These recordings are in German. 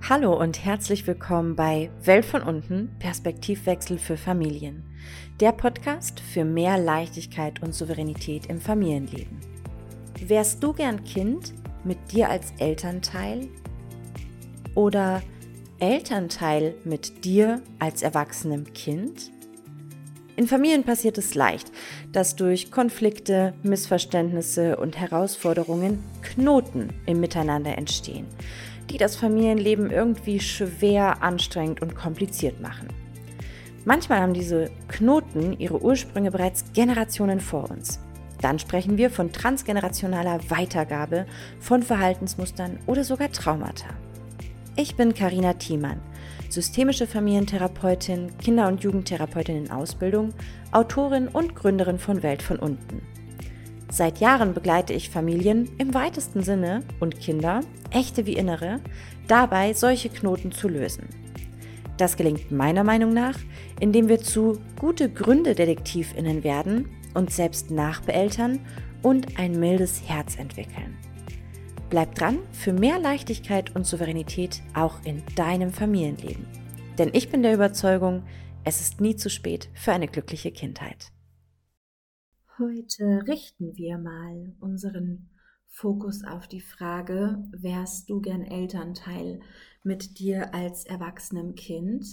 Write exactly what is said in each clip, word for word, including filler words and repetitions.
Hallo und herzlich willkommen bei Welt von unten, Perspektivwechsel für Familien. Der Podcast für mehr Leichtigkeit und Souveränität im Familienleben. Wärst du gern Kind mit dir als Elternteil? Oder Elternteil mit dir als erwachsenem Kind? In Familien passiert es leicht, dass durch Konflikte, Missverständnisse und Herausforderungen Knoten im Miteinander entstehen, die das Familienleben irgendwie schwer, anstrengend und kompliziert machen. Manchmal haben diese Knoten ihre Ursprünge bereits Generationen vor uns. Dann sprechen wir von transgenerationaler Weitergabe von Verhaltensmustern oder sogar Traumata. Ich bin Carina Thiemann, systemische Familientherapeutin, Kinder- und Jugendtherapeutin in Ausbildung, Autorin und Gründerin von Welt von unten. Seit Jahren begleite ich Familien im weitesten Sinne und Kinder, echte wie innere, dabei solche Knoten zu lösen. Das gelingt meiner Meinung nach, indem wir zu gute Gründe-DetektivInnen werden, uns selbst nachbeeltern und ein mildes Herz entwickeln. Bleib dran für mehr Leichtigkeit und Souveränität auch in deinem Familienleben. Denn ich bin der Überzeugung, es ist nie zu spät für eine glückliche Kindheit. Heute richten wir mal unseren Fokus auf die Frage, wärst du gern Elternteil mit dir als erwachsenem Kind?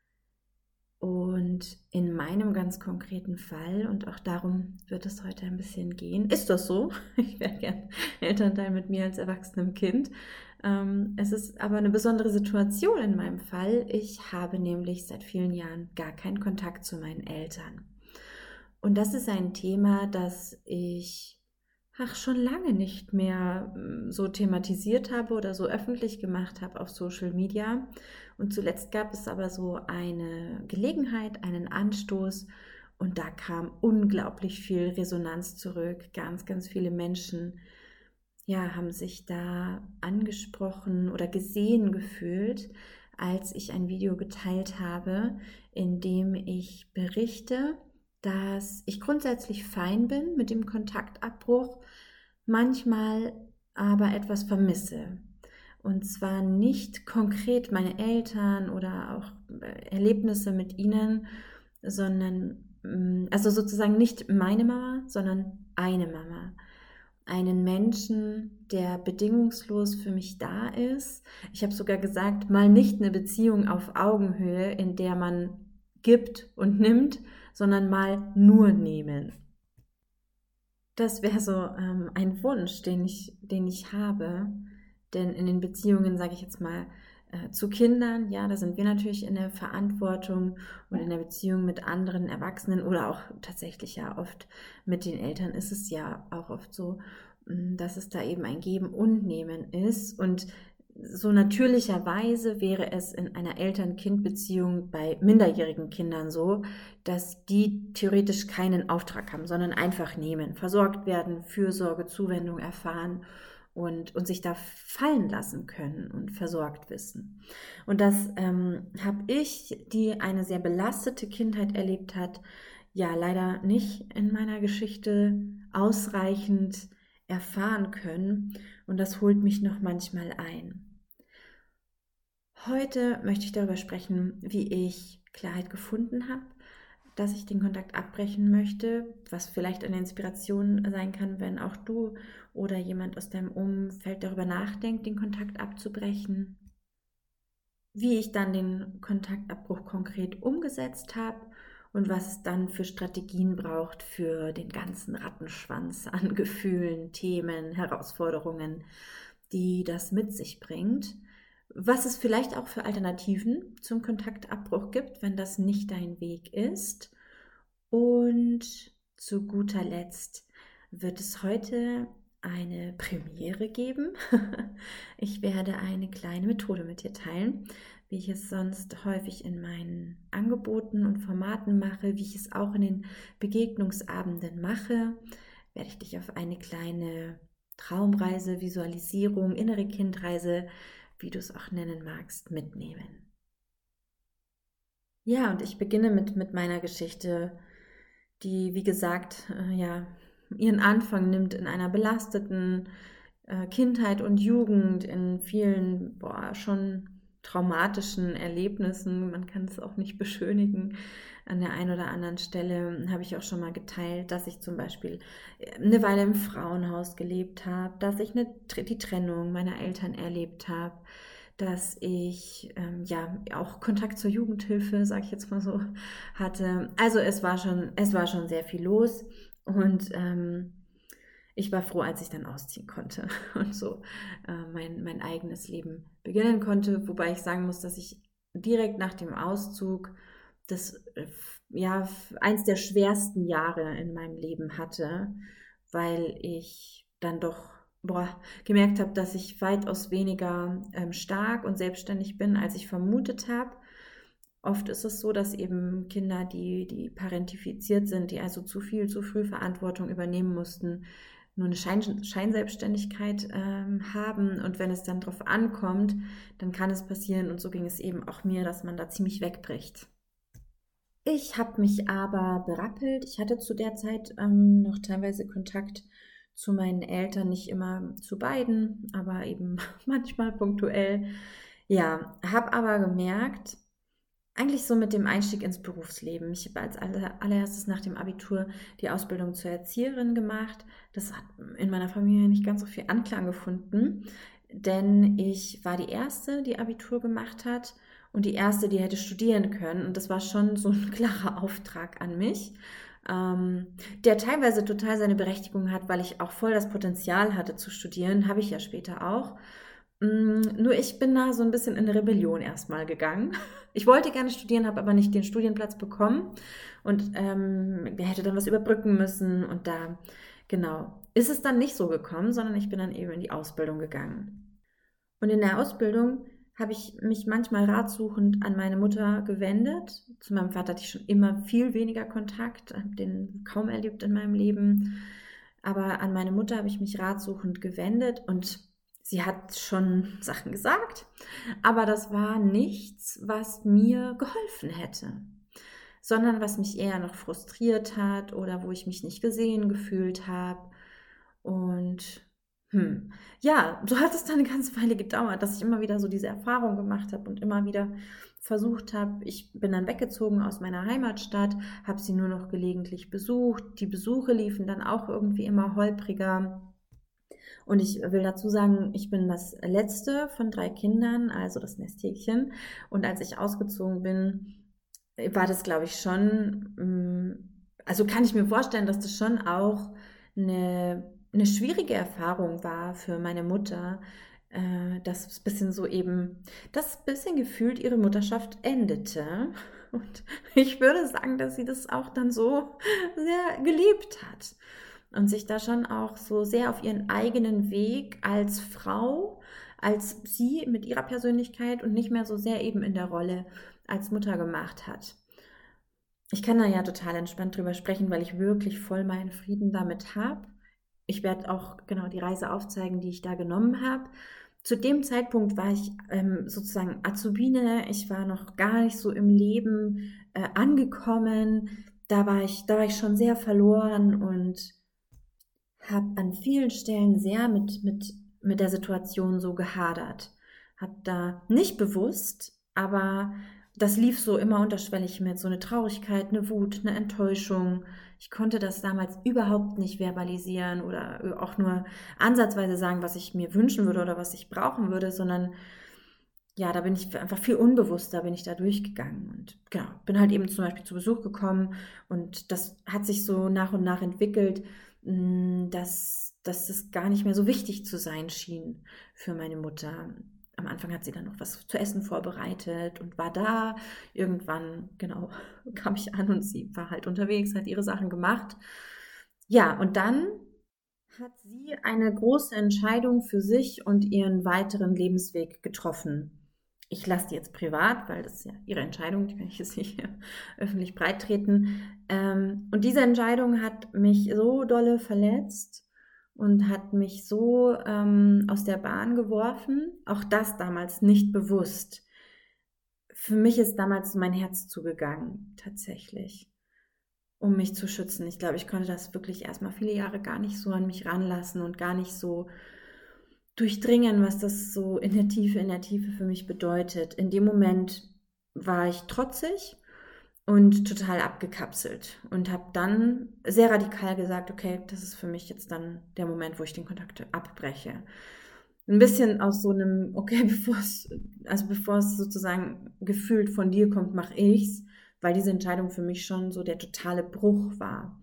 Und in meinem ganz konkreten Fall, und auch darum wird es heute ein bisschen gehen, ist das so? Ich wäre gern Elternteil mit mir als erwachsenem Kind. Ähm, es ist aber eine besondere Situation in meinem Fall. Ich habe nämlich seit vielen Jahren gar keinen Kontakt zu meinen Eltern. Und das ist ein Thema, das ich ach, schon lange nicht mehr so thematisiert habe oder so öffentlich gemacht habe auf Social Media. Und zuletzt gab es aber so eine Gelegenheit, einen Anstoß, und da kam unglaublich viel Resonanz zurück. Ganz, ganz viele Menschen, ja, haben sich da angesprochen oder gesehen gefühlt, als ich ein Video geteilt habe, in dem ich berichte, dass ich grundsätzlich fein bin mit dem Kontaktabbruch, manchmal aber etwas vermisse. Und zwar nicht konkret meine Eltern oder auch Erlebnisse mit ihnen, sondern, also sozusagen nicht meine Mama, sondern eine Mama. Einen Menschen, der bedingungslos für mich da ist. Ich habe sogar gesagt, mal nicht eine Beziehung auf Augenhöhe, in der man gibt und nimmt, sondern mal nur nehmen. Das wäre so ähm, ein Wunsch, den ich, den ich habe, denn in den Beziehungen, sage ich jetzt mal, äh, zu Kindern, ja, da sind wir natürlich in der Verantwortung, und in der Beziehung mit anderen Erwachsenen oder auch tatsächlich ja oft mit den Eltern ist es ja auch oft so, dass es da eben ein Geben und Nehmen ist, und so natürlicherweise wäre es in einer Eltern-Kind-Beziehung bei minderjährigen Kindern so, dass die theoretisch keinen Auftrag haben, sondern einfach nehmen, versorgt werden, Fürsorge, Zuwendung erfahren und, und sich da fallen lassen können und versorgt wissen. Und das ähm, habe ich, die eine sehr belastete Kindheit erlebt hat, ja leider nicht in meiner Geschichte ausreichend erfahren können, und das holt mich noch manchmal ein. Heute möchte ich darüber sprechen, wie ich Klarheit gefunden habe, dass ich den Kontakt abbrechen möchte, was vielleicht eine Inspiration sein kann, wenn auch du oder jemand aus deinem Umfeld darüber nachdenkt, den Kontakt abzubrechen, wie ich dann den Kontaktabbruch konkret umgesetzt habe und was es dann für Strategien braucht für den ganzen Rattenschwanz an Gefühlen, Themen, Herausforderungen, die das mit sich bringt. Was es vielleicht auch für Alternativen zum Kontaktabbruch gibt, wenn das nicht dein Weg ist. Und zu guter Letzt wird es heute eine Premiere geben. Ich werde eine kleine Methode mit dir teilen, wie ich es sonst häufig in meinen Angeboten und Formaten mache, wie ich es auch in den Begegnungsabenden mache, werde ich dich auf eine kleine Traumreise, Visualisierung, innere Kindreise, wie du es auch nennen magst, mitnehmen. Ja, und ich beginne mit, mit meiner Geschichte, die, wie gesagt, äh, ja, ihren Anfang nimmt in einer belasteten äh, Kindheit und Jugend, in vielen, boah, schon traumatischen Erlebnissen, man kann es auch nicht beschönigen. An der einen oder anderen Stelle habe ich auch schon mal geteilt, dass ich zum Beispiel eine Weile im Frauenhaus gelebt habe, dass ich eine, die Trennung meiner Eltern erlebt habe, dass ich ähm, ja auch Kontakt zur Jugendhilfe, sage ich jetzt mal so, hatte. Also es war schon, es war schon sehr viel los und ähm, ich war froh, als ich dann ausziehen konnte und so äh, mein, mein eigenes Leben beginnen konnte, wobei ich sagen muss, dass ich direkt nach dem Auszug das äh, ja eins der schwersten Jahre in meinem Leben hatte, weil ich dann doch boah, gemerkt habe, dass ich weitaus weniger ähm, stark und selbstständig bin, als ich vermutet habe. Oft ist es so, dass eben Kinder, die, die parentifiziert sind, die also zu viel, zu früh Verantwortung übernehmen mussten, nur eine Schein, Scheinselbstständigkeit ähm, haben. Und wenn es dann drauf ankommt, dann kann es passieren, und so ging es eben auch mir, dass man da ziemlich wegbricht. Ich habe mich aber berappelt. Ich hatte zu der Zeit ähm, noch teilweise Kontakt zu meinen Eltern, nicht immer zu beiden, aber eben manchmal punktuell. Ja, habe aber gemerkt, eigentlich so mit dem Einstieg ins Berufsleben. Ich habe als aller, allererstes nach dem Abitur die Ausbildung zur Erzieherin gemacht. Das hat in meiner Familie nicht ganz so viel Anklang gefunden, denn ich war die Erste, die Abitur gemacht hat und die Erste, die hätte studieren können. Und das war schon so ein klarer Auftrag an mich, ähm, der teilweise total seine Berechtigung hat, weil ich auch voll das Potenzial hatte zu studieren, habe ich ja später auch. Mm, Nur ich bin da so ein bisschen in Rebellion erstmal gegangen. Ich wollte gerne studieren, habe aber nicht den Studienplatz bekommen und ähm, hätte dann was überbrücken müssen. Und da, genau, ist es dann nicht so gekommen, sondern ich bin dann eben in die Ausbildung gegangen. Und in der Ausbildung habe ich mich manchmal ratsuchend an meine Mutter gewendet. Zu meinem Vater hatte ich schon immer viel weniger Kontakt, habe den kaum erlebt in meinem Leben. Aber an meine Mutter habe ich mich ratsuchend gewendet und sie hat schon Sachen gesagt, aber das war nichts, was mir geholfen hätte, sondern was mich eher noch frustriert hat oder wo ich mich nicht gesehen gefühlt habe. Und hm, ja, so hat es dann eine ganze Weile gedauert, dass ich immer wieder so diese Erfahrung gemacht habe und immer wieder versucht habe. Ich bin dann weggezogen aus meiner Heimatstadt, habe sie nur noch gelegentlich besucht. Die Besuche liefen dann auch irgendwie immer holpriger. Und ich will dazu sagen, ich bin das letzte von drei Kindern, also das Nesthäkchen. Und als ich ausgezogen bin, war das, glaube ich, schon, mm, also kann ich mir vorstellen, dass das schon auch eine, eine schwierige Erfahrung war für meine Mutter, äh, dass es ein bisschen so eben, dass ein bisschen gefühlt ihre Mutterschaft endete. Und ich würde sagen, dass sie das auch dann so sehr geliebt hat und sich da schon auch so sehr auf ihren eigenen Weg als Frau, als sie mit ihrer Persönlichkeit und nicht mehr so sehr eben in der Rolle als Mutter gemacht hat. Ich kann da ja total entspannt drüber sprechen, weil ich wirklich voll meinen Frieden damit habe. Ich werde auch genau die Reise aufzeigen, die ich da genommen habe. Zu dem Zeitpunkt war ich ähm, sozusagen Azubine, ich war noch gar nicht so im Leben äh, angekommen. Da war ich, da war ich schon sehr verloren und habe an vielen Stellen sehr mit, mit, mit der Situation so gehadert. Habe da nicht bewusst, aber das lief so immer unterschwellig mit, so eine Traurigkeit, eine Wut, eine Enttäuschung. Ich konnte das damals überhaupt nicht verbalisieren oder auch nur ansatzweise sagen, was ich mir wünschen würde oder was ich brauchen würde, sondern ja, da bin ich einfach viel unbewusster, bin ich da durchgegangen und genau, bin halt eben zum Beispiel zu Besuch gekommen und das hat sich so nach und nach entwickelt, mh, dass, dass das gar nicht mehr so wichtig zu sein schien für meine Mutter. Am Anfang hat sie dann noch was zu essen vorbereitet und war da. Irgendwann, genau, kam ich an und sie war halt unterwegs, hat ihre Sachen gemacht. Ja, und dann hat sie eine große Entscheidung für sich und ihren weiteren Lebensweg getroffen. Ich lasse die jetzt privat, weil das ist ja ihre Entscheidung, die kann ich jetzt nicht öffentlich breittreten. Ähm, und diese Entscheidung hat mich so dolle verletzt und hat mich so ähm, aus der Bahn geworfen, auch das damals nicht bewusst. Für mich ist damals mein Herz zugegangen, tatsächlich, um mich zu schützen. Ich glaube, ich konnte das wirklich erstmal viele Jahre gar nicht so an mich ranlassen und gar nicht so durchdringen, was das so in der Tiefe, in der Tiefe für mich bedeutet. In dem Moment war ich trotzig und total abgekapselt und habe dann sehr radikal gesagt, okay, das ist für mich jetzt dann der Moment, wo ich den Kontakt abbreche. Ein bisschen aus so einem, okay, bevor es, also bevor es sozusagen gefühlt von dir kommt, mache ich's, weil diese Entscheidung für mich schon so der totale Bruch war.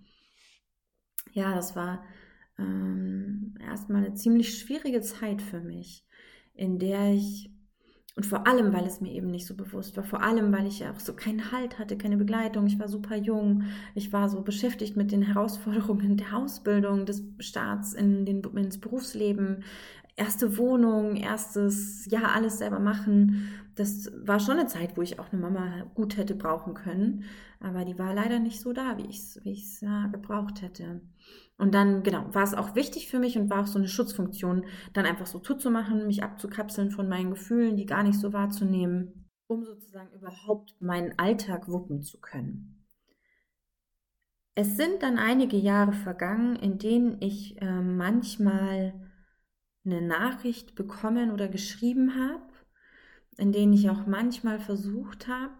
Ja, das war ähm, erstmal eine ziemlich schwierige Zeit für mich, in der ich, und vor allem, weil es mir eben nicht so bewusst war, vor allem, weil ich ja auch so keinen Halt hatte, keine Begleitung, ich war super jung, ich war so beschäftigt mit den Herausforderungen der Ausbildung, des Starts in den, ins Berufsleben, erste Wohnung, erstes, ja, alles selber machen. Das war schon eine Zeit, wo ich auch eine Mama gut hätte brauchen können, aber die war leider nicht so da, wie ich es wie ich's, ja, gebraucht hätte. Und dann, genau, war es auch wichtig für mich und war auch so eine Schutzfunktion, dann einfach so zuzumachen, mich abzukapseln von meinen Gefühlen, die gar nicht so wahrzunehmen, um sozusagen überhaupt meinen Alltag wuppen zu können. Es sind dann einige Jahre vergangen, in denen ich äh, manchmal eine Nachricht bekommen oder geschrieben habe, in denen ich auch manchmal versucht habe,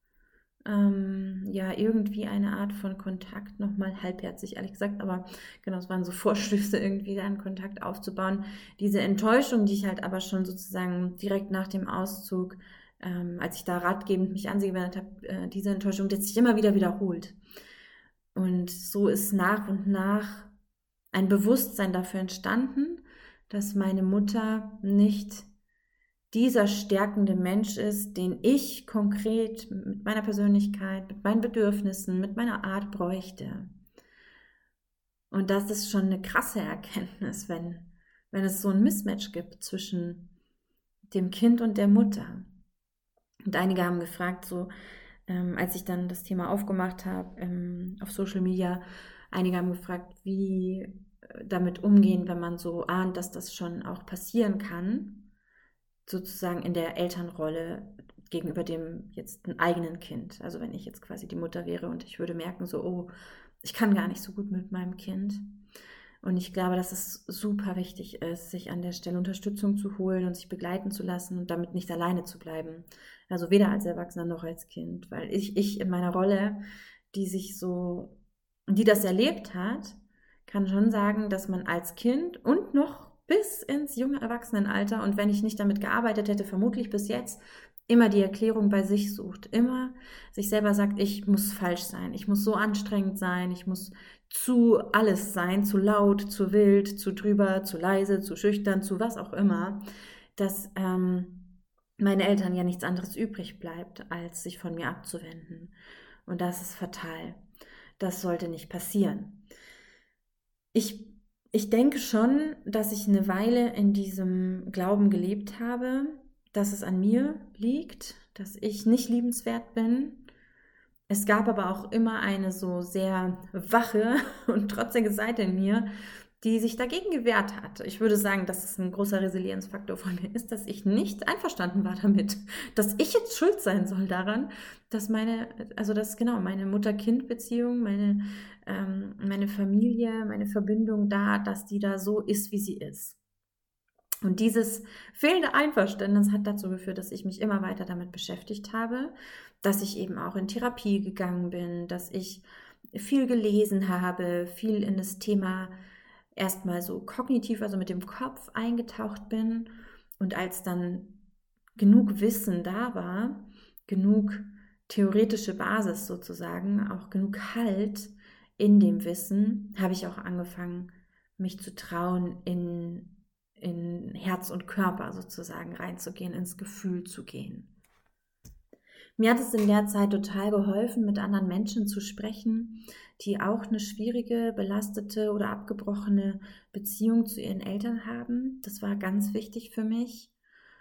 ähm, ja, irgendwie eine Art von Kontakt, nochmal halbherzig, ehrlich gesagt, aber genau, es waren so Vorstöße, irgendwie einen Kontakt aufzubauen. Diese Enttäuschung, die ich halt aber schon sozusagen direkt nach dem Auszug, ähm, als ich da ratgebend mich angewendet habe, äh, diese Enttäuschung, die hat sich immer wieder wiederholt. Und so ist nach und nach ein Bewusstsein dafür entstanden, dass meine Mutter nicht dieser stärkende Mensch ist, den ich konkret mit meiner Persönlichkeit, mit meinen Bedürfnissen, mit meiner Art bräuchte. Und das ist schon eine krasse Erkenntnis, wenn, wenn es so ein Mismatch gibt zwischen dem Kind und der Mutter. Und einige haben gefragt, so ähm, als ich dann das Thema aufgemacht habe ähm, auf Social Media, einige haben gefragt, wie äh, damit umgehen, wenn man so ahnt, dass das schon auch passieren kann, sozusagen in der Elternrolle gegenüber dem jetzt ein eigenen Kind. Also wenn ich jetzt quasi die Mutter wäre und ich würde merken, so, oh, ich kann gar nicht so gut mit meinem Kind. Und ich glaube, dass es super wichtig ist, sich an der Stelle Unterstützung zu holen und sich begleiten zu lassen und damit nicht alleine zu bleiben. Also weder als Erwachsener noch als Kind. Weil ich, ich in meiner Rolle, die sich so, die das erlebt hat, kann schon sagen, dass man als Kind und noch bis ins junge Erwachsenenalter, und wenn ich nicht damit gearbeitet hätte, vermutlich bis jetzt, immer die Erklärung bei sich sucht. Immer sich selber sagt, ich muss falsch sein, ich muss so anstrengend sein, ich muss zu alles sein, zu laut, zu wild, zu drüber, zu leise, zu schüchtern, zu was auch immer, dass ähm, meine Eltern ja nichts anderes übrig bleibt, als sich von mir abzuwenden. Und das ist fatal. Das sollte nicht passieren. Ich, ich denke schon, dass ich eine Weile in diesem Glauben gelebt habe, dass es an mir liegt, dass ich nicht liebenswert bin. Es gab aber auch immer eine so sehr wache und trotzige Seite in mir, die sich dagegen gewehrt hat. Ich würde sagen, dass es ein großer Resilienzfaktor von mir ist, dass ich nicht einverstanden war damit, dass ich jetzt schuld sein soll daran, dass meine, also dass genau meine Mutter-Kind-Beziehung, meine, ähm, meine Familie, meine Verbindung da, dass die da so ist, wie sie ist. Und dieses fehlende Einverständnis hat dazu geführt, dass ich mich immer weiter damit beschäftigt habe, dass ich eben auch in Therapie gegangen bin, dass ich viel gelesen habe, viel in das Thema erstmal so kognitiv, also mit dem Kopf eingetaucht bin. Und als dann genug Wissen da war, genug theoretische Basis sozusagen, auch genug Halt in dem Wissen, habe ich auch angefangen, mich zu trauen, in, in Herz und Körper sozusagen reinzugehen, ins Gefühl zu gehen. Mir hat es in der Zeit total geholfen, mit anderen Menschen zu sprechen, die auch eine schwierige, belastete oder abgebrochene Beziehung zu ihren Eltern haben. Das war ganz wichtig für mich.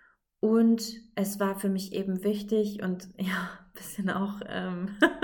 Und es war für mich eben wichtig und ja, ein bisschen auch ähm,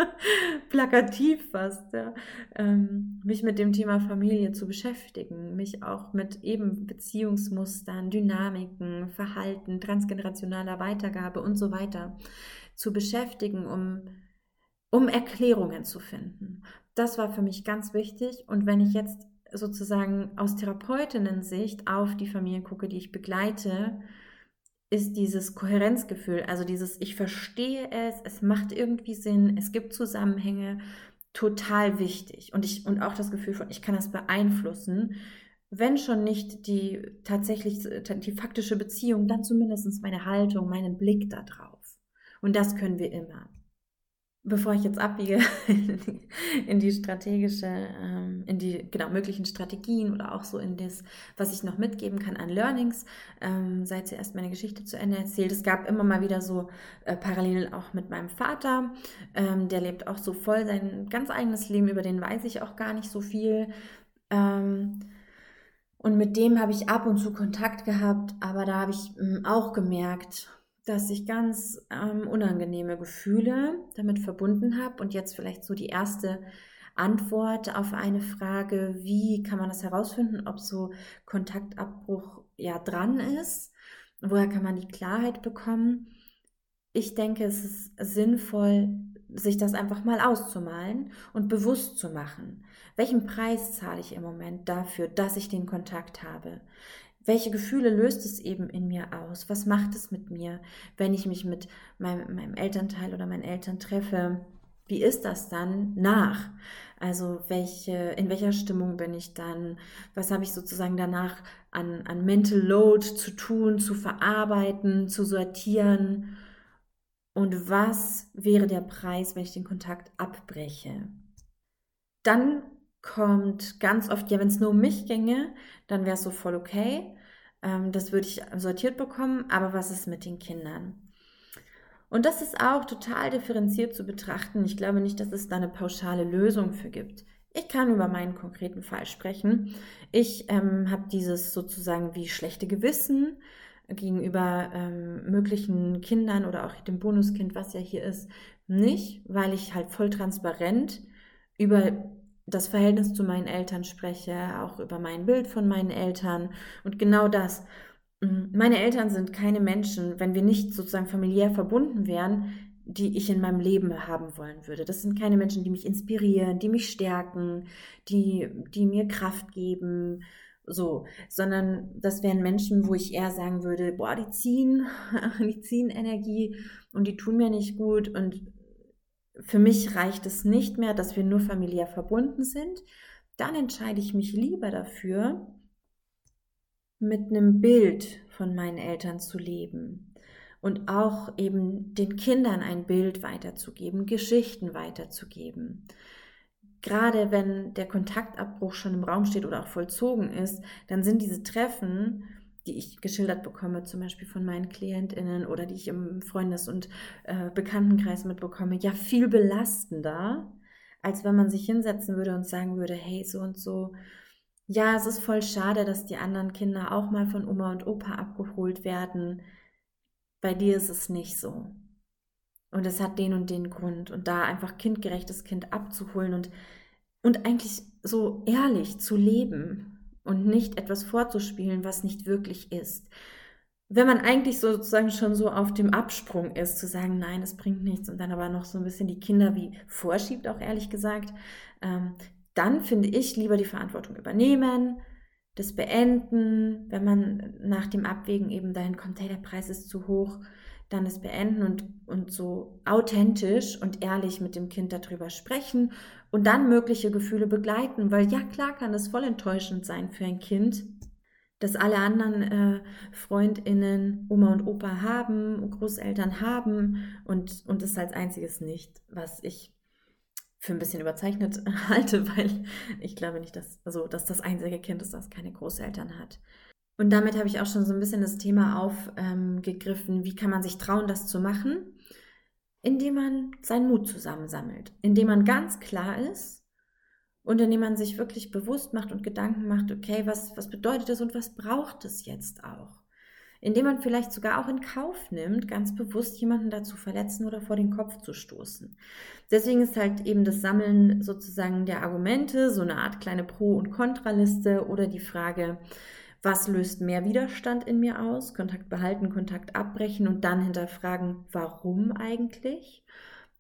plakativ fast, ja, ähm, mich mit dem Thema Familie zu beschäftigen, mich auch mit eben Beziehungsmustern, Dynamiken, Verhalten, transgenerationaler Weitergabe und so weiter zu beschäftigen, um, um Erklärungen zu finden. Das war für mich ganz wichtig. Und wenn ich jetzt sozusagen aus Therapeutinnen-Sicht auf die Familien gucke, die ich begleite, ist dieses Kohärenzgefühl, also dieses ich verstehe es, es macht irgendwie Sinn, es gibt Zusammenhänge, total wichtig. Und, ich, und auch das Gefühl von, ich kann das beeinflussen, wenn schon nicht die tatsächlich die faktische Beziehung, dann zumindest meine Haltung, meinen Blick da drauf. Und das können wir immer. Bevor ich jetzt abbiege in die strategische, in die genau möglichen Strategien oder auch so in das, was ich noch mitgeben kann an Learnings, sei zuerst meine Geschichte zu Ende erzählt. Es gab immer mal wieder so äh, Parallelen auch mit meinem Vater, ähm, der lebt auch so voll sein ganz eigenes Leben, über den weiß ich auch gar nicht so viel. Ähm, und mit dem habe ich ab und zu Kontakt gehabt, aber da habe ich ähm, auch gemerkt, dass ich ganz ähm, unangenehme Gefühle damit verbunden habe. Und jetzt vielleicht so die erste Antwort auf eine Frage, wie kann man das herausfinden, ob so Kontaktabbruch ja dran ist? Woher kann man die Klarheit bekommen? Ich denke, es ist sinnvoll, sich das einfach mal auszumalen und bewusst zu machen. Welchen Preis zahle ich im Moment dafür, dass ich den Kontakt habe? Welche Gefühle löst es eben in mir aus? Was macht es mit mir, wenn ich mich mit meinem, meinem Elternteil oder meinen Eltern treffe? Wie ist das dann nach? Also welche, in welcher Stimmung bin ich dann? Was habe ich sozusagen danach an, an Mental Load zu tun, zu verarbeiten, zu sortieren? Und was wäre der Preis, wenn ich den Kontakt abbreche? Dann kommt ganz oft, ja, wenn es nur um mich ginge, dann wäre es so voll okay. Ähm, das würde ich sortiert bekommen, aber was ist mit den Kindern? Und das ist auch total differenziert zu betrachten. Ich glaube nicht, dass es da eine pauschale Lösung für gibt. Ich kann über meinen konkreten Fall sprechen. Ich ähm, habe dieses sozusagen wie schlechte Gewissen gegenüber ähm, möglichen Kindern oder auch dem Bonuskind, was ja hier ist, nicht, weil ich halt voll transparent über das Verhältnis zu meinen Eltern spreche, auch über mein Bild von meinen Eltern und genau das. Meine Eltern sind keine Menschen, wenn wir nicht sozusagen familiär verbunden wären, die ich in meinem Leben haben wollen würde. Das sind keine Menschen, die mich inspirieren, die mich stärken, die, die mir Kraft geben, so, sondern das wären Menschen, wo ich eher sagen würde, boah, die ziehen, die ziehen Energie und die tun mir nicht gut und für mich reicht es nicht mehr, dass wir nur familiär verbunden sind. Dann entscheide ich mich lieber dafür, mit einem Bild von meinen Eltern zu leben und auch eben den Kindern ein Bild weiterzugeben, Geschichten weiterzugeben. Gerade wenn der Kontaktabbruch schon im Raum steht oder auch vollzogen ist, dann sind diese Treffen, die ich geschildert bekomme, zum Beispiel von meinen KlientInnen oder die ich im Freundes- und äh, Bekanntenkreis mitbekomme, ja viel belastender, als wenn man sich hinsetzen würde und sagen würde, hey, so und so, ja, es ist voll schade, dass die anderen Kinder auch mal von Oma und Opa abgeholt werden. Bei dir ist es nicht so. Und es hat den und den Grund. Und da einfach kindgerechtes Kind abzuholen und, und eigentlich so ehrlich zu leben und nicht etwas vorzuspielen, was nicht wirklich ist. Wenn man eigentlich sozusagen schon so auf dem Absprung ist, zu sagen, nein, es bringt nichts und dann aber noch so ein bisschen die Kinder wie vorschiebt, auch ehrlich gesagt, ähm, dann finde ich lieber die Verantwortung übernehmen, das beenden, wenn man nach dem Abwägen eben dahin kommt, hey, der Preis ist zu hoch, dann das beenden und, und so authentisch und ehrlich mit dem Kind darüber sprechen und dann mögliche Gefühle begleiten, weil ja, klar kann es voll enttäuschend sein für ein Kind, dass alle anderen äh, FreundInnen Oma und Opa haben, Großeltern haben und, und das als einziges nicht, was ich für ein bisschen überzeichnet halte, weil ich glaube nicht, dass, also, dass das einzige Kind ist, das keine Großeltern hat. Und damit habe ich auch schon so ein bisschen das Thema aufgegriffen, ähm, wie kann man sich trauen, das zu machen, indem man seinen Mut zusammensammelt, indem man ganz klar ist und indem man sich wirklich bewusst macht und Gedanken macht, okay, was, was bedeutet das und was braucht es jetzt auch? Indem man vielleicht sogar auch in Kauf nimmt, ganz bewusst jemanden dazu verletzen oder vor den Kopf zu stoßen. Deswegen ist halt eben das Sammeln sozusagen der Argumente, so eine Art kleine Pro- und Kontraliste oder die Frage, was löst mehr Widerstand in mir aus? Kontakt behalten, Kontakt abbrechen und dann hinterfragen, warum eigentlich?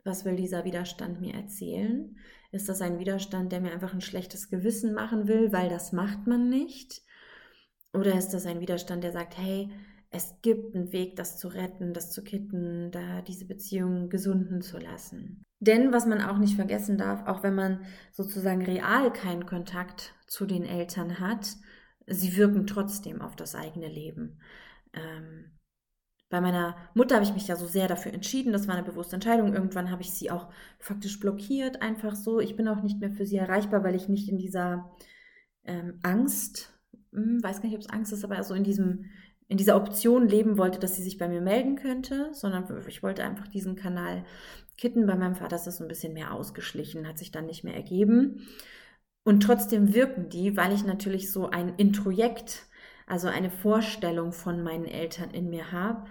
Was will dieser Widerstand mir erzählen? Ist das ein Widerstand, der mir einfach ein schlechtes Gewissen machen will, weil das macht man nicht? Oder ist das ein Widerstand, der sagt, hey, es gibt einen Weg, das zu retten, das zu kitten, da diese Beziehung gesunden zu lassen? Denn was man auch nicht vergessen darf, auch wenn man sozusagen real keinen Kontakt zu den Eltern hat, sie wirken trotzdem auf das eigene Leben. Ähm, bei meiner Mutter habe ich mich ja so sehr dafür entschieden, das war eine bewusste Entscheidung. Irgendwann habe ich sie auch faktisch blockiert, einfach so. Ich bin auch nicht mehr für sie erreichbar, weil ich nicht in dieser ähm, Angst, hm, weiß gar nicht, ob es Angst ist, aber so in diesem, in dieser Option leben wollte, dass sie sich bei mir melden könnte, sondern ich wollte einfach diesen Kanal kitten. Bei meinem Vater ist das so ein bisschen mehr ausgeschlichen, hat sich dann nicht mehr ergeben. Und trotzdem wirken die, weil ich natürlich so ein Introjekt, also eine Vorstellung von meinen Eltern in mir habe,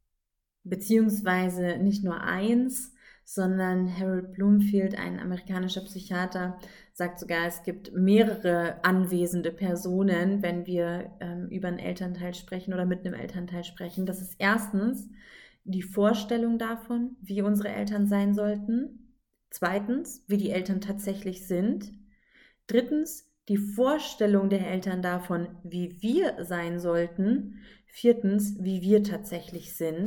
beziehungsweise nicht nur eins, sondern Harold Bloomfield, ein amerikanischer Psychiater, sagt sogar, es gibt mehrere anwesende Personen, wenn wir ähm, über einen Elternteil sprechen oder mit einem Elternteil sprechen. Das ist erstens die Vorstellung davon, wie unsere Eltern sein sollten. Zweitens, wie die Eltern tatsächlich sind. Drittens, die Vorstellung der Eltern davon, wie wir sein sollten. Viertens, wie wir tatsächlich sind.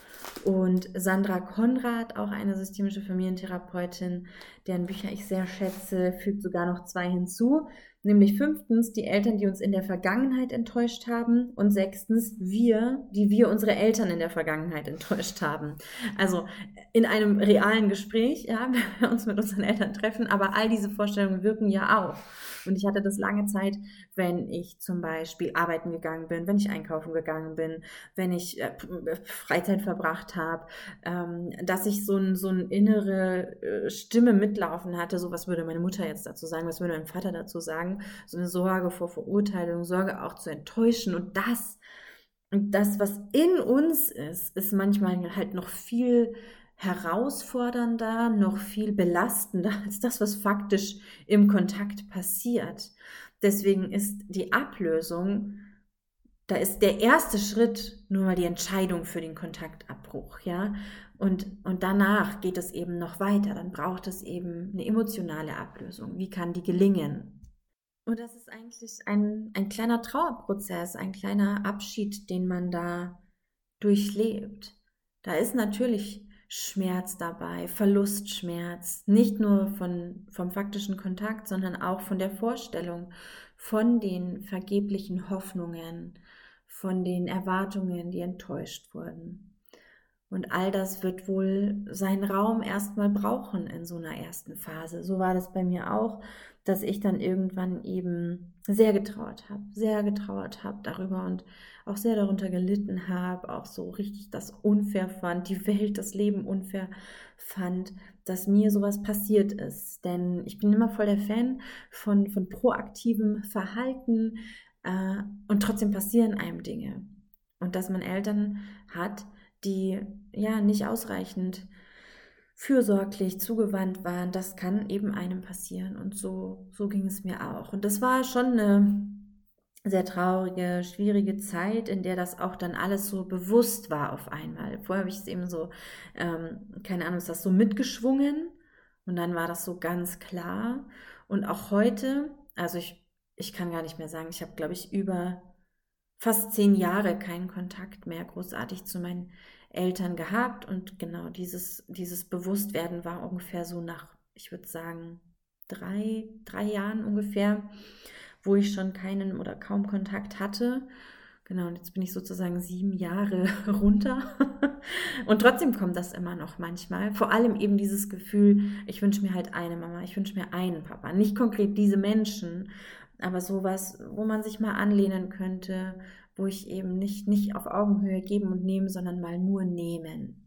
Und Sandra Konrad, auch eine systemische Familientherapeutin, deren Bücher ich sehr schätze, fügt sogar noch zwei hinzu. Nämlich fünftens, die Eltern, die uns in der Vergangenheit enttäuscht haben. Und sechstens, wir, die wir unsere Eltern in der Vergangenheit enttäuscht haben. Also in einem realen Gespräch, ja, wenn wir uns mit unseren Eltern treffen, aber all diese Vorstellungen wirken ja auch. Und ich hatte das lange Zeit, wenn ich zum Beispiel arbeiten gegangen bin, wenn ich einkaufen gegangen bin, wenn ich äh, Freizeit verbracht habe, ähm, dass ich so, ein, so eine innere äh, Stimme mitlaufen hatte, so was würde meine Mutter jetzt dazu sagen, was würde mein Vater dazu sagen, so eine Sorge vor Verurteilung, Sorge auch zu enttäuschen und das, und das, was in uns ist, ist manchmal halt noch viel herausfordernder, noch viel belastender als das, was faktisch im Kontakt passiert. Deswegen ist die Ablösung, da ist der erste Schritt nur mal die Entscheidung für den Kontaktabbruch, ja. Und, und danach geht es eben noch weiter. Dann braucht es eben eine emotionale Ablösung. Wie kann die gelingen? Und das ist eigentlich ein, ein kleiner Trauerprozess, ein kleiner Abschied, den man da durchlebt. Da ist natürlich Schmerz dabei, Verlustschmerz, nicht nur von, vom faktischen Kontakt, sondern auch von der Vorstellung, von den vergeblichen Hoffnungen, von den Erwartungen, die enttäuscht wurden. Und all das wird wohl seinen Raum erstmal brauchen in so einer ersten Phase. So war das bei mir auch, dass ich dann irgendwann eben sehr getrauert habe, sehr getrauert habe darüber und auch sehr darunter gelitten habe, auch so richtig das unfair fand, die Welt, das Leben unfair fand, dass mir sowas passiert ist. Denn ich bin immer voll der Fan von, von proaktivem Verhalten äh, und trotzdem passieren einem Dinge. Und dass man Eltern hat, die ja nicht ausreichend fürsorglich zugewandt waren, das kann eben einem passieren. Und so, so ging es mir auch. Und das war schon eine sehr traurige, schwierige Zeit, in der das auch dann alles so bewusst war auf einmal. Vorher habe ich es eben so, ähm, keine Ahnung, ist das so mitgeschwungen und dann war das so ganz klar. Und auch heute, also ich, ich kann gar nicht mehr sagen, ich habe, glaube ich, über fast zehn Jahre keinen Kontakt mehr großartig zu meinen Eltern gehabt und genau dieses, dieses Bewusstwerden war ungefähr so nach, ich würde sagen, drei, drei Jahren ungefähr, wo ich schon keinen oder kaum Kontakt hatte. Genau, und jetzt bin ich sozusagen sieben Jahre runter. Und trotzdem kommt das immer noch manchmal. Vor allem eben dieses Gefühl, ich wünsche mir halt eine Mama, ich wünsche mir einen Papa. Nicht konkret diese Menschen, aber sowas, wo man sich mal anlehnen könnte, wo ich eben nicht, nicht auf Augenhöhe geben und nehmen, sondern mal nur nehmen.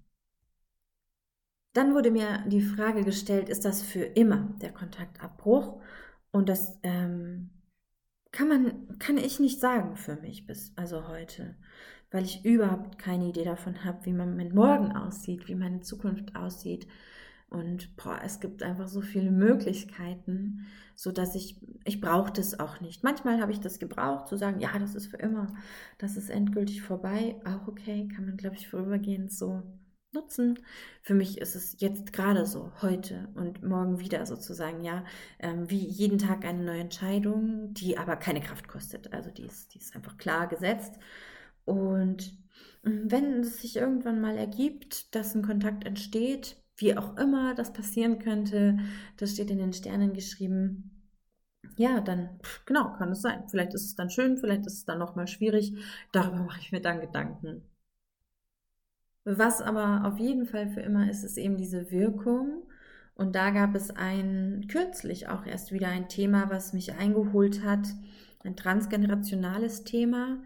Dann wurde mir die Frage gestellt, ist das für immer der Kontaktabbruch? Und das ähm, kann man, kann ich nicht sagen für mich bis also heute, weil ich überhaupt keine Idee davon habe, wie mein Morgen aussieht, wie meine Zukunft aussieht. Und boah, es gibt einfach so viele Möglichkeiten, sodass ich, ich brauche das auch nicht. Manchmal habe ich das gebraucht, zu sagen, ja, das ist für immer, das ist endgültig vorbei. Auch okay, kann man, glaube ich, vorübergehend so nutzen. Für mich ist es jetzt gerade so, heute und morgen wieder sozusagen, ja, ähm, wie jeden Tag eine neue Entscheidung, die aber keine Kraft kostet. Also die ist, die ist einfach klar gesetzt. Und mm, wenn es sich irgendwann mal ergibt, dass ein Kontakt entsteht, wie auch immer das passieren könnte, das steht in den Sternen geschrieben, ja, dann, pf, genau, kann es sein. Vielleicht ist es dann schön, vielleicht ist es dann nochmal schwierig. Darüber mache ich mir dann Gedanken. Was aber auf jeden Fall für immer ist, ist eben diese Wirkung. Und da gab es ein, kürzlich auch erst wieder ein Thema, was mich eingeholt hat, ein transgenerationales Thema.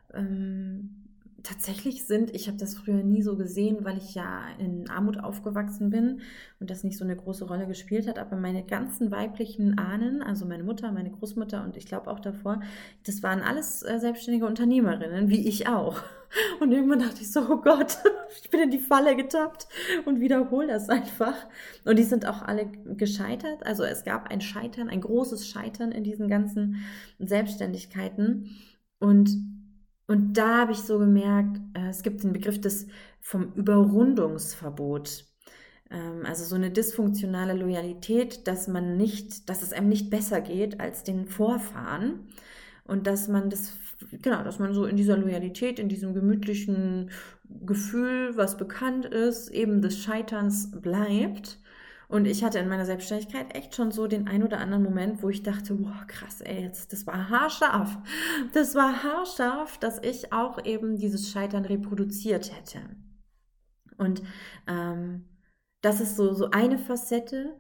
Ähm, Tatsächlich sind, ich habe das früher nie so gesehen, weil ich ja in Armut aufgewachsen bin und das nicht so eine große Rolle gespielt hat, aber meine ganzen weiblichen Ahnen, also meine Mutter, meine Großmutter und ich glaube auch davor, das waren alles äh, selbstständige Unternehmerinnen, wie ich auch. Und irgendwann dachte ich so, oh Gott, ich bin in die Falle getappt und wiederhole das einfach. Und die sind auch alle gescheitert. Also es gab ein Scheitern, ein großes Scheitern in diesen ganzen Selbstständigkeiten. Und, und da habe ich so gemerkt, äh, es gibt den Begriff des vom Überrundungsverbot. Ähm, also so eine dysfunktionale Loyalität, dass man nicht, dass es einem nicht besser geht als den Vorfahren. Und dass man das, genau, dass man so in dieser Loyalität, in diesem gemütlichen Gefühl, was bekannt ist, eben des Scheiterns bleibt. Und ich hatte in meiner Selbstständigkeit echt schon so den ein oder anderen Moment, wo ich dachte, boah, krass, ey, jetzt, das war haarscharf. Das war haarscharf, dass ich auch eben dieses Scheitern reproduziert hätte. Und ähm, das ist so, so eine Facette,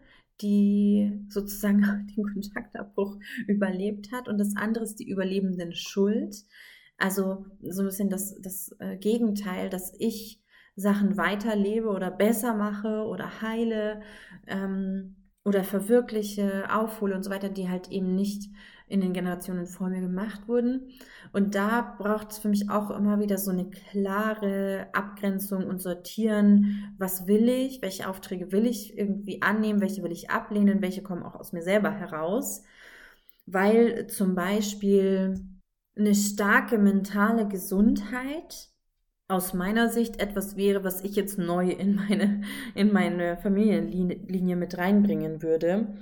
die sozusagen den Kontaktabbruch überlebt hat. Und das andere ist die überlebenden Schuld. Also so ein bisschen das, das äh, Gegenteil, dass ich Sachen weiterlebe oder besser mache oder heile ähm, oder verwirkliche, aufhole und so weiter, die halt eben nicht in den Generationen vor mir gemacht wurden. Und da braucht es für mich auch immer wieder so eine klare Abgrenzung und Sortieren, was will ich, welche Aufträge will ich irgendwie annehmen, welche will ich ablehnen, welche kommen auch aus mir selber heraus. Weil zum Beispiel eine starke mentale Gesundheit aus meiner Sicht etwas wäre, was ich jetzt neu in meine, in meine Familienlinie mit reinbringen würde.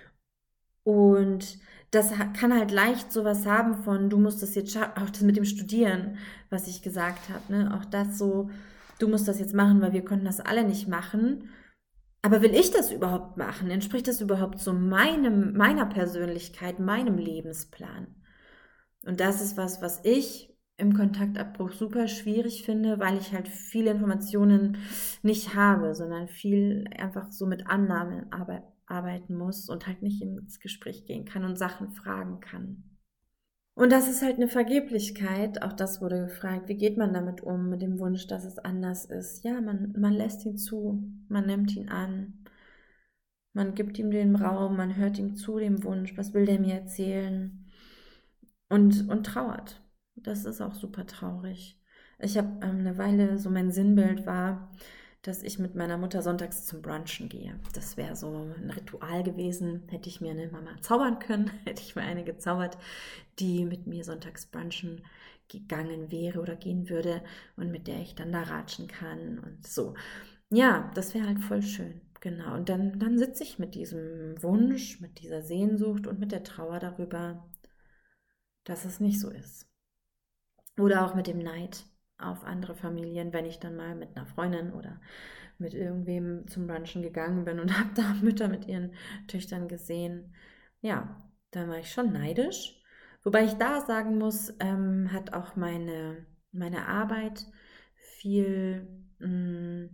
Und das kann halt leicht sowas haben von, du musst das jetzt schaffen, auch das mit dem Studieren, was ich gesagt habe, ne? Auch das so, du musst das jetzt machen, weil wir konnten das alle nicht machen. Aber will ich das überhaupt machen? Entspricht das überhaupt so meinem, meiner Persönlichkeit, meinem Lebensplan? Und das ist was, was ich im Kontaktabbruch super schwierig finde, weil ich halt viele Informationen nicht habe, sondern viel einfach so mit Annahmen arbeite arbeiten muss und halt nicht ins Gespräch gehen kann und Sachen fragen kann. Und das ist halt eine Vergeblichkeit, auch das wurde gefragt, wie geht man damit um, mit dem Wunsch, dass es anders ist? Ja, man, man lässt ihn zu, man nimmt ihn an, man gibt ihm den Raum, man hört ihm zu, dem Wunsch, was will der mir erzählen? Und, und trauert. Das ist auch super traurig. Ich habe ähm, eine Weile, so mein Sinnbild war, dass ich mit meiner Mutter sonntags zum Brunchen gehe. Das wäre so ein Ritual gewesen. Hätte ich mir eine Mama zaubern können, hätte ich mir eine gezaubert, die mit mir sonntags brunchen gegangen wäre oder gehen würde und mit der ich dann da ratschen kann und so. Ja, das wäre halt voll schön. Genau. Und dann, dann sitze ich mit diesem Wunsch, mit dieser Sehnsucht und mit der Trauer darüber, dass es nicht so ist. Oder auch mit dem Neid auf andere Familien, wenn ich dann mal mit einer Freundin oder mit irgendwem zum Brunchen gegangen bin und habe da Mütter mit ihren Töchtern gesehen. Ja, da war ich schon neidisch. Wobei ich da sagen muss, ähm, hat auch meine, meine Arbeit viel mh,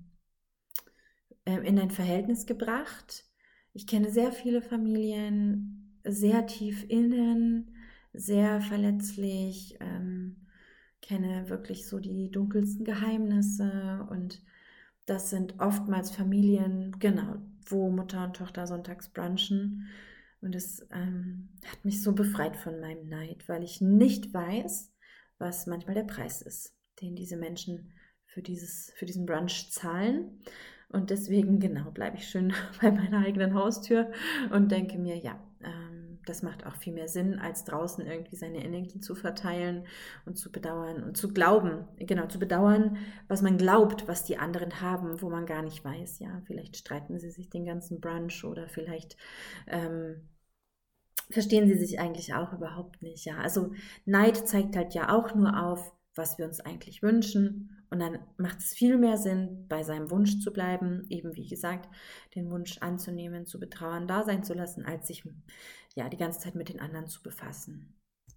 äh, in ein Verhältnis gebracht. Ich kenne sehr viele Familien, sehr tief innen, sehr verletzlich, ähm, kenne wirklich so die dunkelsten Geheimnisse und das sind oftmals Familien, genau, wo Mutter und Tochter sonntags brunchen und es ähm, hat mich so befreit von meinem Neid, weil ich nicht weiß, was manchmal der Preis ist, den diese Menschen für, dieses, für diesen Brunch zahlen. Und deswegen, genau, bleibe ich schön bei meiner eigenen Haustür und denke mir, ja, ähm, das macht auch viel mehr Sinn, als draußen irgendwie seine Energie zu verteilen und zu bedauern und zu glauben, genau, zu bedauern, was man glaubt, was die anderen haben, wo man gar nicht weiß. Ja, vielleicht streiten sie sich den ganzen Brunch oder vielleicht ähm, verstehen sie sich eigentlich auch überhaupt nicht. Ja, also Neid zeigt halt ja auch nur auf, was wir uns eigentlich wünschen. Und dann macht es viel mehr Sinn, bei seinem Wunsch zu bleiben, eben wie gesagt, den Wunsch anzunehmen, zu betrauern, da sein zu lassen, als sich ja die ganze Zeit mit den anderen zu befassen.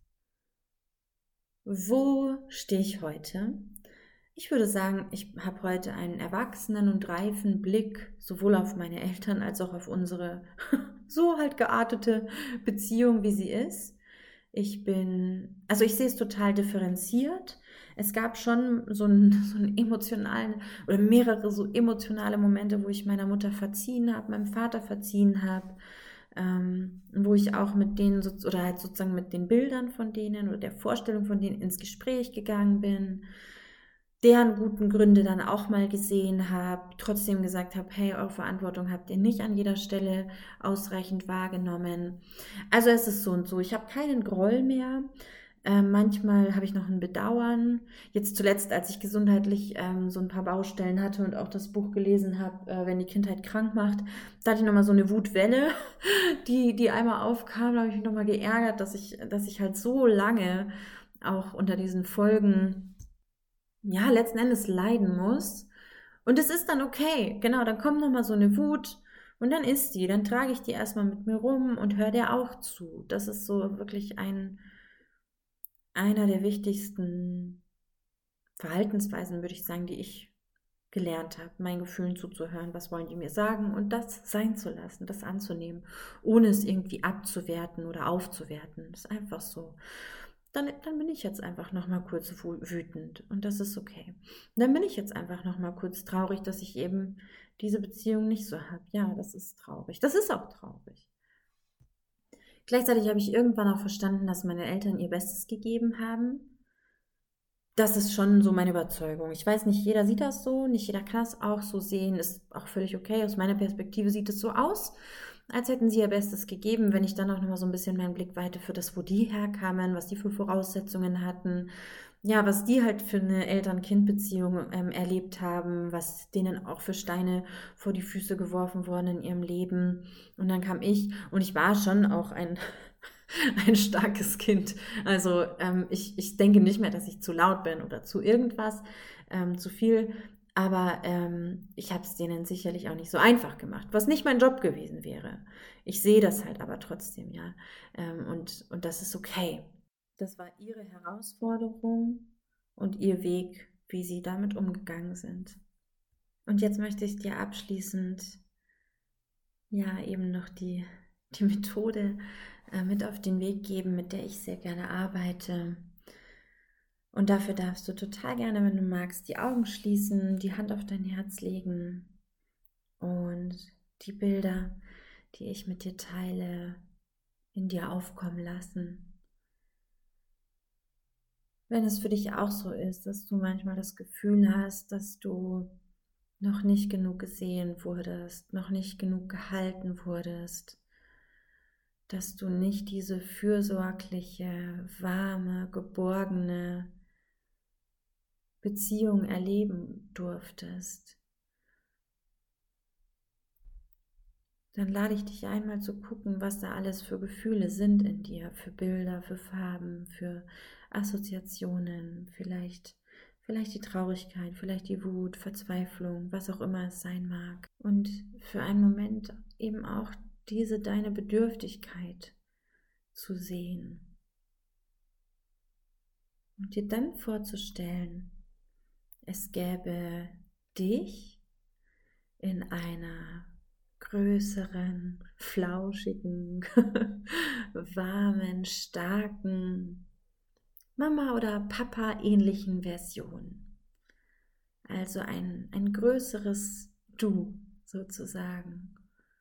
Wo stehe ich heute? Ich würde sagen, ich habe heute einen erwachsenen und reifen Blick sowohl auf meine Eltern als auch auf unsere so halt geartete Beziehung, wie sie ist. Ich bin, also ich sehe es total differenziert. Es gab schon so einen, so einen emotionalen oder mehrere so emotionale Momente, wo ich meiner Mutter verziehen habe, meinem Vater verziehen habe, ähm, wo ich auch mit denen so, oder halt sozusagen mit den Bildern von denen oder der Vorstellung von denen ins Gespräch gegangen bin, deren guten Gründe dann auch mal gesehen habe, trotzdem gesagt habe, hey, eure Verantwortung habt ihr nicht an jeder Stelle ausreichend wahrgenommen. Also es ist so und so. Ich habe keinen Groll mehr. Äh, manchmal habe ich noch ein Bedauern. Jetzt zuletzt, als ich gesundheitlich ähm, so ein paar Baustellen hatte und auch das Buch gelesen habe, äh, wenn die Kindheit krank macht, da hatte ich nochmal so eine Wutwelle, die, die einmal aufkam. Da habe ich mich nochmal geärgert, dass ich, dass ich halt so lange auch unter diesen Folgen ja, letzten Endes leiden muss. Und es ist dann okay. Genau, dann kommt nochmal so eine Wut und dann ist die. Dann trage ich die erstmal mit mir rum und höre der auch zu. Das ist so wirklich ein, einer der wichtigsten Verhaltensweisen, würde ich sagen, die ich gelernt habe, meinen Gefühlen zuzuhören, was wollen die mir sagen und das sein zu lassen, das anzunehmen, ohne es irgendwie abzuwerten oder aufzuwerten. Das ist einfach so. Dann, dann bin ich jetzt einfach nochmal kurz wütend und das ist okay. Dann bin ich jetzt einfach nochmal kurz traurig, dass ich eben diese Beziehung nicht so habe. Ja, das ist traurig. Das ist auch traurig. Gleichzeitig habe ich irgendwann auch verstanden, dass meine Eltern ihr Bestes gegeben haben. Das ist schon so meine Überzeugung. Ich weiß nicht, jeder sieht das so, nicht jeder kann es auch so sehen, ist auch völlig okay. Aus meiner Perspektive sieht es so aus, als hätten sie ihr Bestes gegeben. Wenn ich dann auch nochmal so ein bisschen meinen Blick weite für das, wo die herkamen, was die für Voraussetzungen hatten, ja, was die halt für eine Eltern-Kind-Beziehung ähm, erlebt haben, was denen auch für Steine vor die Füße geworfen wurden in ihrem Leben. Und dann kam ich und ich war schon auch ein ein starkes Kind. Also ähm, ich, ich denke nicht mehr, dass ich zu laut bin oder zu irgendwas, ähm, zu viel. Aber ähm, ich habe es denen sicherlich auch nicht so einfach gemacht, was nicht mein Job gewesen wäre. Ich sehe das halt aber trotzdem, ja. Ähm, und, und das ist okay. Das war ihre Herausforderung und ihr Weg, wie sie damit umgegangen sind. Und jetzt möchte ich dir abschließend ja eben noch die, die Methode äh, mit auf den Weg geben, mit der ich sehr gerne arbeite. Und dafür darfst du total gerne, wenn du magst, die Augen schließen, die Hand auf dein Herz legen und die Bilder, die ich mit dir teile, in dir aufkommen lassen. Wenn es für dich auch so ist, dass du manchmal das Gefühl hast, dass du noch nicht genug gesehen wurdest, noch nicht genug gehalten wurdest, dass du nicht diese fürsorgliche, warme, geborgene Beziehung erleben durftest, dann lade ich dich einmal zu gucken, was da alles für Gefühle sind in dir, für Bilder, für Farben, für Assoziationen, vielleicht, vielleicht die Traurigkeit, vielleicht die Wut, Verzweiflung, was auch immer es sein mag. Und für einen Moment eben auch diese deine Bedürftigkeit zu sehen. Und dir dann vorzustellen, es gäbe dich in einer größeren, flauschigen, warmen, starken Mama- oder Papa-ähnlichen Version. Also ein, ein größeres Du sozusagen,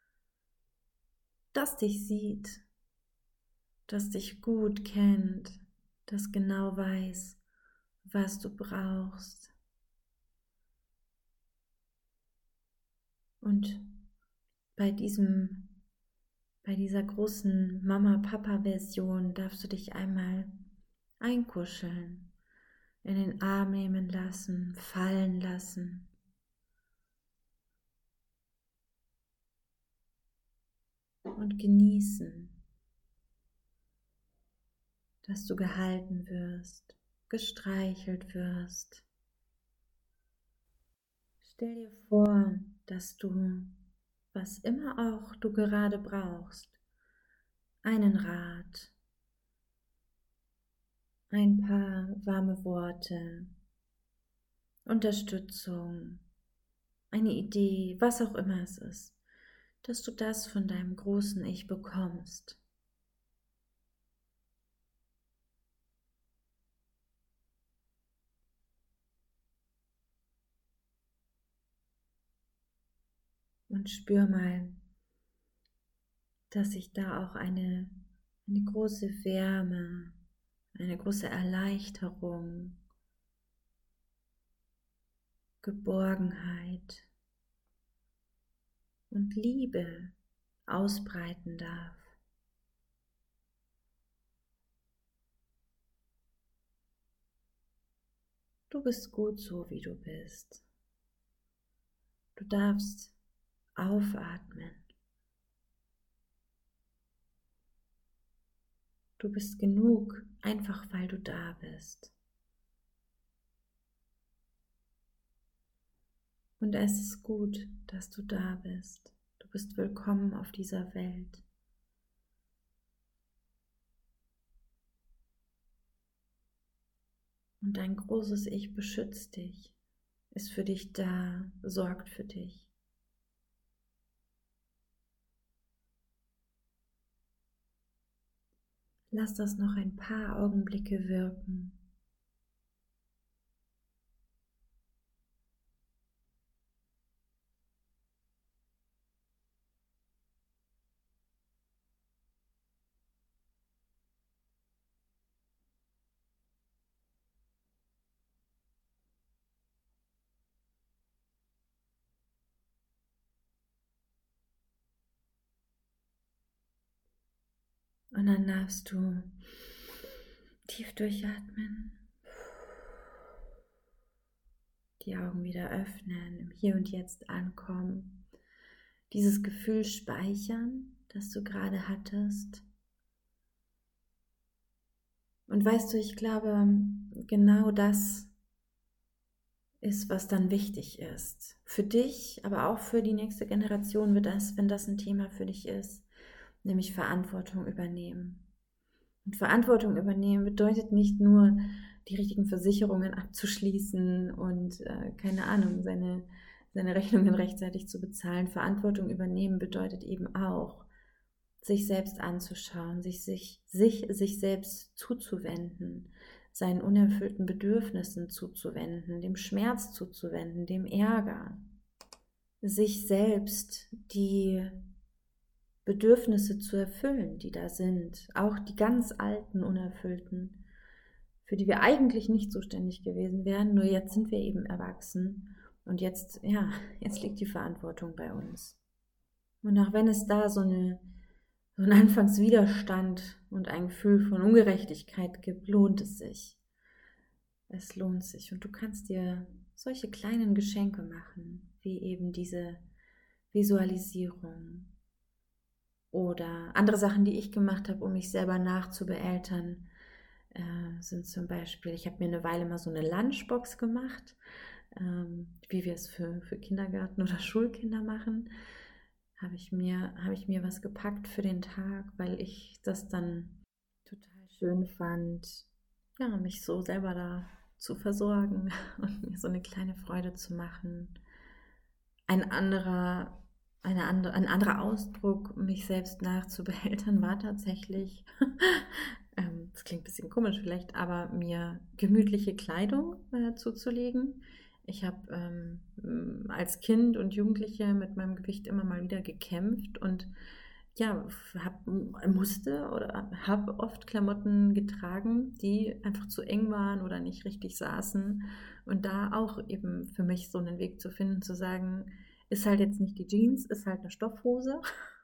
das dich sieht, das dich gut kennt, das genau weiß, was du brauchst. Und bei diesem Bei dieser großen Mama-Papa-Version darfst du dich einmal einkuscheln, in den Arm nehmen lassen, fallen lassen. Und genießen, dass du gehalten wirst, gestreichelt wirst. Stell dir vor, dass du, was immer auch du gerade brauchst, einen Rat, ein paar warme Worte, Unterstützung, eine Idee, was auch immer es ist, dass du das von deinem großen Ich bekommst. Und spür mal, dass sich da auch eine, eine große Wärme, eine große Erleichterung, Geborgenheit und Liebe ausbreiten darf. Du bist gut so, wie du bist. Du darfst aufatmen. Du bist genug, einfach weil du da bist. Und es ist gut, dass du da bist. Du bist willkommen auf dieser Welt. Und dein großes Ich beschützt dich, ist für dich da, sorgt für dich. Lass das noch ein paar Augenblicke wirken. Und dann darfst du tief durchatmen, die Augen wieder öffnen, im Hier und Jetzt ankommen, dieses Gefühl speichern, das du gerade hattest. Und weißt du, ich glaube, genau das ist, was dann wichtig ist. Für dich, aber auch für die nächste Generation wird das, wenn das ein Thema für dich ist, nämlich Verantwortung übernehmen. Und Verantwortung übernehmen bedeutet nicht nur, die richtigen Versicherungen abzuschließen und, äh, keine Ahnung, seine, seine Rechnungen rechtzeitig zu bezahlen. Verantwortung übernehmen bedeutet eben auch, sich selbst anzuschauen, sich, sich, sich, sich selbst zuzuwenden, seinen unerfüllten Bedürfnissen zuzuwenden, dem Schmerz zuzuwenden, dem Ärger, sich selbst die Bedürfnisse zu erfüllen, die da sind, auch die ganz alten, unerfüllten, für die wir eigentlich nicht zuständig gewesen wären, nur jetzt sind wir eben erwachsen und jetzt, ja, jetzt liegt die Verantwortung bei uns. Und auch wenn es da so, eine, so einen Anfangswiderstand und ein Gefühl von Ungerechtigkeit gibt, lohnt es sich. Es lohnt sich und du kannst dir solche kleinen Geschenke machen, wie eben diese Visualisierung. Oder andere Sachen, die ich gemacht habe, um mich selber nachzubeeltern, äh, sind zum Beispiel, ich habe mir eine Weile mal so eine Lunchbox gemacht, ähm, wie wir es für, für Kindergarten- oder Schulkinder machen. Habe ich mir, habe ich mir was gepackt für den Tag, weil ich das dann total schön fand, ja, mich so selber da zu versorgen und mir so eine kleine Freude zu machen. Ein anderer Eine andere, ein anderer Ausdruck, mich selbst nachzubeeltern, war tatsächlich, ähm, das klingt ein bisschen komisch vielleicht, aber mir gemütliche Kleidung äh, zuzulegen. Ich habe ähm, als Kind und Jugendliche mit meinem Gewicht immer mal wieder gekämpft und ja, hab, musste oder habe oft Klamotten getragen, die einfach zu eng waren oder nicht richtig saßen. Und da auch eben für mich so einen Weg zu finden, zu sagen, ist halt jetzt nicht die Jeans, ist halt eine Stoffhose.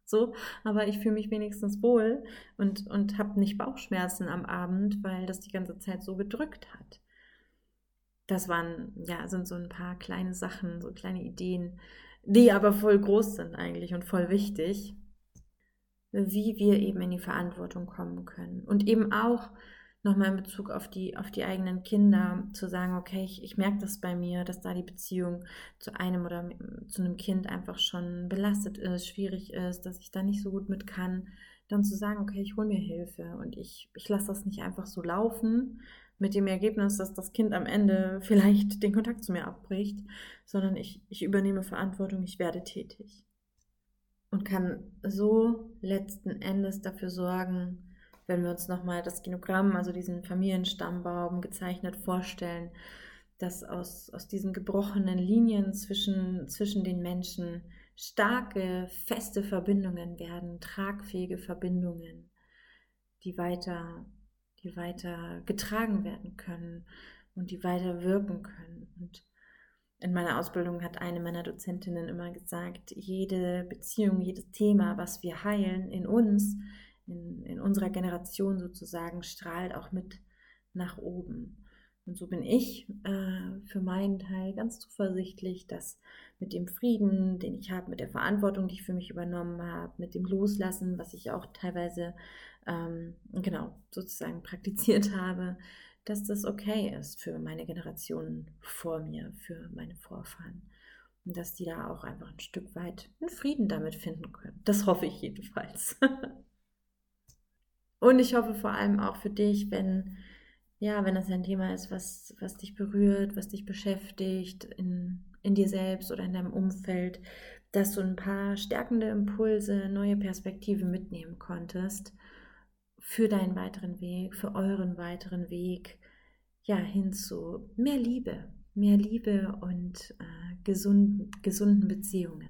so, aber ich fühle mich wenigstens wohl und, und habe nicht Bauchschmerzen am Abend, weil das die ganze Zeit so gedrückt hat. Das waren, ja, sind so ein paar kleine Sachen, so kleine Ideen, die aber voll groß sind eigentlich und voll wichtig, wie wir eben in die Verantwortung kommen können. Und eben auch nochmal in Bezug auf die, auf die eigenen Kinder zu sagen, okay, ich, ich merke das bei mir, dass da die Beziehung zu einem oder zu einem Kind einfach schon belastet ist, schwierig ist, dass ich da nicht so gut mit kann, dann zu sagen, okay, ich hole mir Hilfe und ich, ich lasse das nicht einfach so laufen mit dem Ergebnis, dass das Kind am Ende vielleicht den Kontakt zu mir abbricht, sondern ich, ich übernehme Verantwortung, ich werde tätig und kann so letzten Endes dafür sorgen, wenn wir uns nochmal das Genogramm, also diesen Familienstammbaum gezeichnet vorstellen, dass aus, aus diesen gebrochenen Linien zwischen, zwischen den Menschen starke, feste Verbindungen werden, tragfähige Verbindungen, die weiter, die weiter getragen werden können und die weiter wirken können. Und in meiner Ausbildung hat eine meiner Dozentinnen immer gesagt, jede Beziehung, jedes Thema, was wir heilen in uns, in, in unserer Generation sozusagen, strahlt auch mit nach oben. Und so bin ich äh, für meinen Teil ganz zuversichtlich, dass mit dem Frieden, den ich habe, mit der Verantwortung, die ich für mich übernommen habe, mit dem Loslassen, was ich auch teilweise ähm, genau sozusagen praktiziert habe, dass das okay ist für meine Generation vor mir, für meine Vorfahren. Und dass die da auch einfach ein Stück weit einen Frieden damit finden können. Das hoffe ich jedenfalls. Und ich hoffe vor allem auch für dich, wenn, ja, wenn das ein Thema ist, was, was dich berührt, was dich beschäftigt in, in dir selbst oder in deinem Umfeld, dass du ein paar stärkende Impulse, neue Perspektiven mitnehmen konntest für deinen weiteren Weg, für euren weiteren Weg, ja, hin zu mehr Liebe, mehr Liebe und äh, gesunden, gesunden Beziehungen.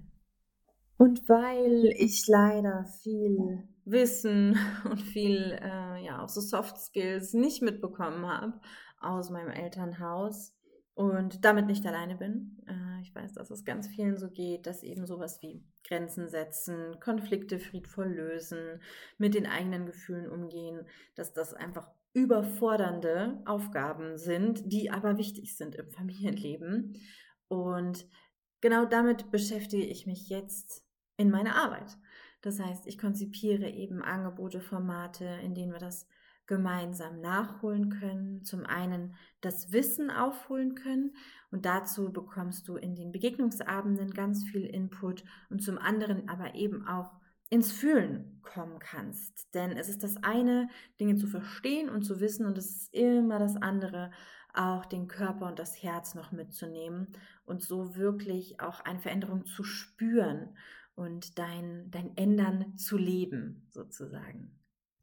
Und weil ich leider viel Wissen und viel äh, ja, auch so Soft Skills nicht mitbekommen habe aus meinem Elternhaus und damit nicht alleine bin. Äh, ich weiß, dass es ganz vielen so geht, dass eben sowas wie Grenzen setzen, Konflikte friedvoll lösen, mit den eigenen Gefühlen umgehen, dass das einfach überfordernde Aufgaben sind, die aber wichtig sind im Familienleben. Und genau damit beschäftige ich mich jetzt in meiner Arbeit. Das heißt, ich konzipiere eben Angebote, Formate, in denen wir das gemeinsam nachholen können. Zum einen das Wissen aufholen können und dazu bekommst du in den Begegnungsabenden ganz viel Input und zum anderen aber eben auch ins Fühlen kommen kannst. Denn es ist das eine, Dinge zu verstehen und zu wissen und es ist immer das andere, auch den Körper und das Herz noch mitzunehmen und so wirklich auch eine Veränderung zu spüren und dein, dein Ändern zu leben, sozusagen.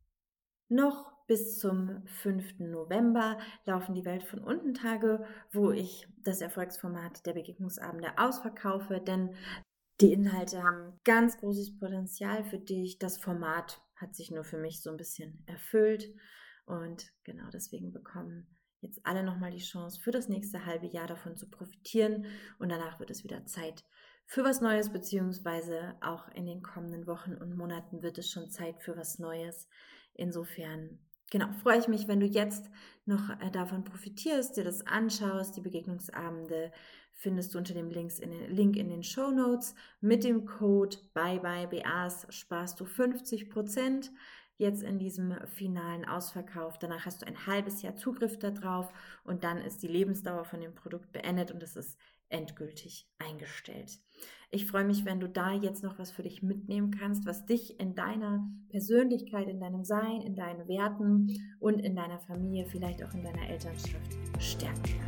Noch bis zum fünften November laufen die Welt von unten Tage, wo ich das Erfolgsformat der Begegnungsabende ausverkaufe, denn die Inhalte haben ganz großes Potenzial für dich. Das Format hat sich nur für mich so ein bisschen erfüllt und genau deswegen bekommen jetzt alle nochmal die Chance, für das nächste halbe Jahr davon zu profitieren und danach wird es wieder Zeit für was Neues, beziehungsweise auch in den kommenden Wochen und Monaten wird es schon Zeit für was Neues. Insofern, genau, freue ich mich, wenn du jetzt noch davon profitierst, dir das anschaust. Die Begegnungsabende findest du unter dem Links in den, Link in den Shownotes. Mit dem Code BYBAS sparst du fünfzig Prozent jetzt in diesem finalen Ausverkauf. Danach hast du ein halbes Jahr Zugriff darauf und dann ist die Lebensdauer von dem Produkt beendet und es ist endgültig eingestellt. Ich freue mich, wenn du da jetzt noch was für dich mitnehmen kannst, was dich in deiner Persönlichkeit, in deinem Sein, in deinen Werten und in deiner Familie, vielleicht auch in deiner Elternschaft stärken kann.